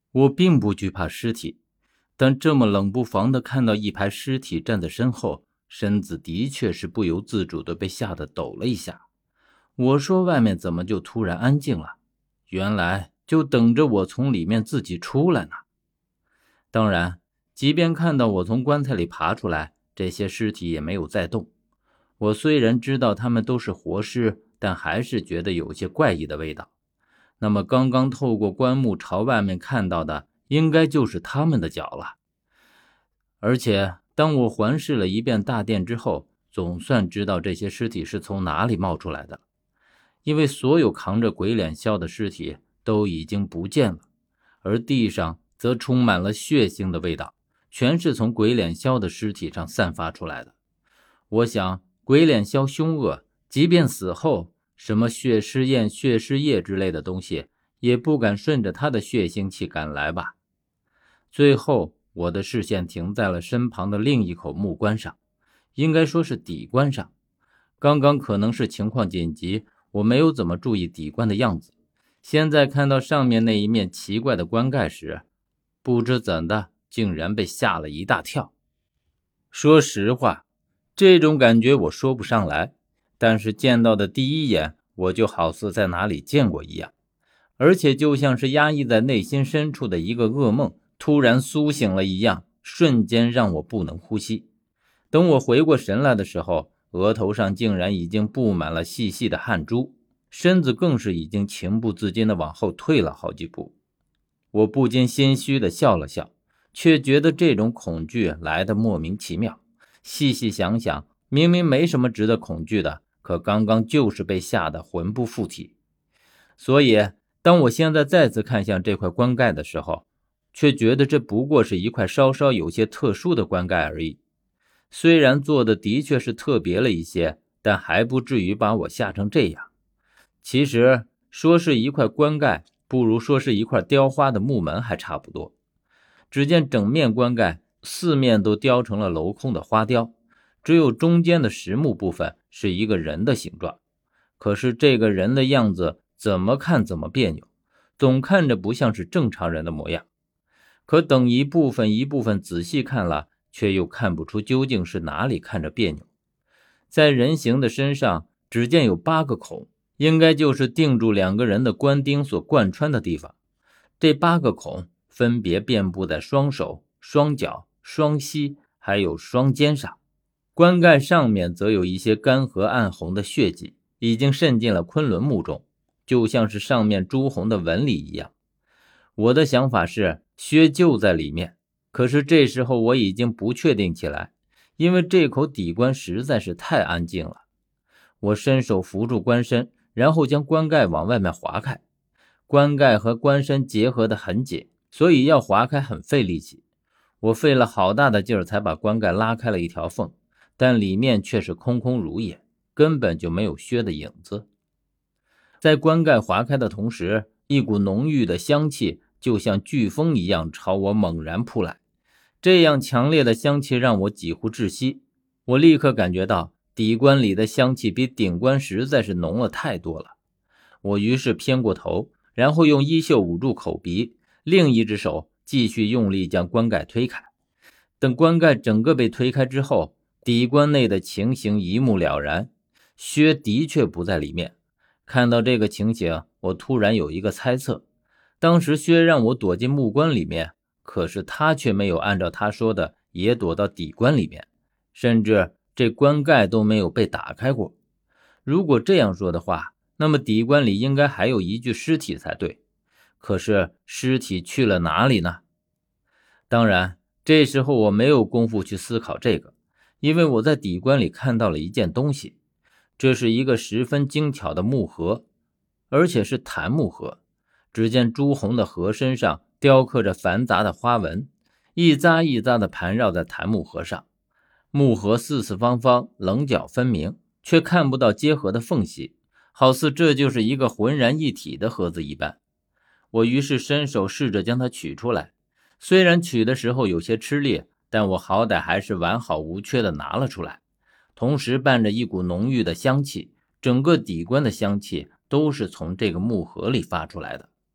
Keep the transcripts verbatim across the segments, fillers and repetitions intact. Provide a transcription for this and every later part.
我并不惧怕尸体，但这么冷不防地看到一排尸体站在身后，身子的确是不由自主地被吓得抖了一下。我说外面怎么就突然安静了？原来就等着我从里面自己出来呢。当然，即便看到我从棺材里爬出来，这些尸体也没有再动。我虽然知道他们都是活尸，但还是觉得有些怪异的味道。那么刚刚透过棺木朝外面看到的，应该就是他们的脚了。而且当我环视了一遍大殿之后，总算知道这些尸体是从哪里冒出来的。因为所有扛着鬼脸枭的尸体都已经不见了，而地上则充满了血腥的味道，全是从鬼脸枭的尸体上散发出来的。我想鬼脸枭凶恶，即便死后什么血尸焰、血尸液之类的东西也不敢顺着他的血腥气赶来吧。最后我的视线停在了身旁的另一口木棺上，应该说是底棺上。刚刚可能是情况紧急，我没有怎么注意底棺的样子，现在看到上面那一面奇怪的棺盖时，不知怎的竟然被吓了一大跳。说实话，这种感觉我说不上来，但是见到的第一眼我就好似在哪里见过一样，而且就像是压抑在内心深处的一个噩梦突然苏醒了一样，瞬间让我不能呼吸。等我回过神来的时候，额头上竟然已经布满了细细的汗珠，身子更是已经情不自禁地往后退了好几步。我不禁心虚地笑了笑，却觉得这种恐惧来得莫名其妙。细细想想，明明没什么值得恐惧的，可刚刚就是被吓得魂不附体。所以当我现在再次看向这块棺盖的时候，却觉得这不过是一块稍稍有些特殊的棺盖而已。虽然做的的确是特别了一些，但还不至于把我吓成这样。其实说是一块棺盖，不如说是一块雕花的木门还差不多。只见整面棺盖四面都雕成了镂空的花雕，只有中间的实木部分是一个人的形状。可是这个人的样子怎么看怎么别扭，总看着不像是正常人的模样。可等一部分一部分仔细看了，却又看不出究竟是哪里看着别扭。在人形的身上只见有八个孔，应该就是定住两个人的棺钉所贯穿的地方。这八个孔分别遍布在双手、双脚、双膝还有双肩上。棺盖上面则有一些干涸暗红的血迹，已经渗进了昆仑木中，就像是上面朱红的纹理一样。我的想法是薛就在里面，可是这时候我已经不确定起来，因为这口底棺实在是太安静了。我伸手扶住棺身，然后将棺盖往外面划开。棺盖和棺身结合得很紧，所以要划开很费力气。我费了好大的劲儿才把棺盖拉开了一条缝，但里面却是空空如也，根本就没有薛的影子。在棺盖划开的同时，一股浓郁的香气就像飓风一样朝我猛然扑来，这样强烈的香气让我几乎窒息。我立刻感觉到底棺里的香气比顶棺实在是浓了太多了。我于是偏过头，然后用衣袖捂住口鼻，另一只手继续用力将棺盖推开。等棺盖整个被推开之后，底棺内的情形一目了然，薛的确不在里面。看到这个情形，我突然有一个猜测，当时薛让我躲进木棺里面，可是他却没有按照他说的也躲到底棺里面，甚至这棺盖都没有被打开过。如果这样说的话，那么底棺里应该还有一具尸体才对。可是尸体去了哪里呢？当然，这时候我没有功夫去思考这个，因为我在底棺里看到了一件东西。这是一个十分精巧的木盒，而且是檀木盒。只见朱红的盒身上雕刻着繁杂的花纹，一扎一扎的盘绕在檀木盒上。木盒四四方方，棱角分明，却看不到接合的缝隙，好似这就是一个浑然一体的盒子一般。我于是伸手试着将它取出来，虽然取的时候有些吃力，但我好歹还是完好无缺地拿了出来，同时伴着一股浓郁的香气，整个底棺的香气都是从这个木盒里发出来的。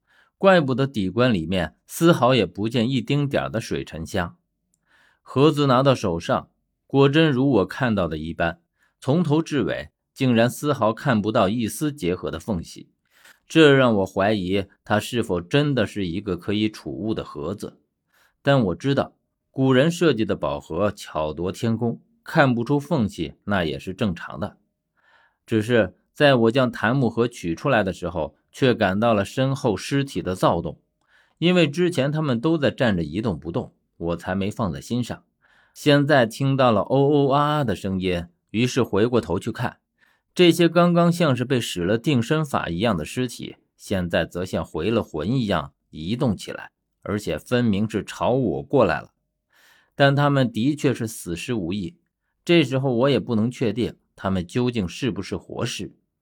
怪不得底棺里面丝毫也不见一丁点的水沉香。盒子拿到手上，果真如我看到的一般，从头至尾竟然丝毫看不到一丝结合的缝隙，这让我怀疑它是否真的是一个可以储物的盒子。但我知道古人设计的宝盒巧夺天工，看不出缝隙那也是正常的。只是在我将檀木盒取出来的时候，却感到了身后尸体的躁动，因为之前他们都在站着一动不动，我才没放在心上。现在听到了哦哦啊啊的声音，于是回过头去看，这些刚刚像是被使了定身法一样的尸体，现在则像回了魂一样移动起来，而且分明是朝我过来了。但他们的确是死尸无疑，这时候我也不能确定他们究竟是不是活尸。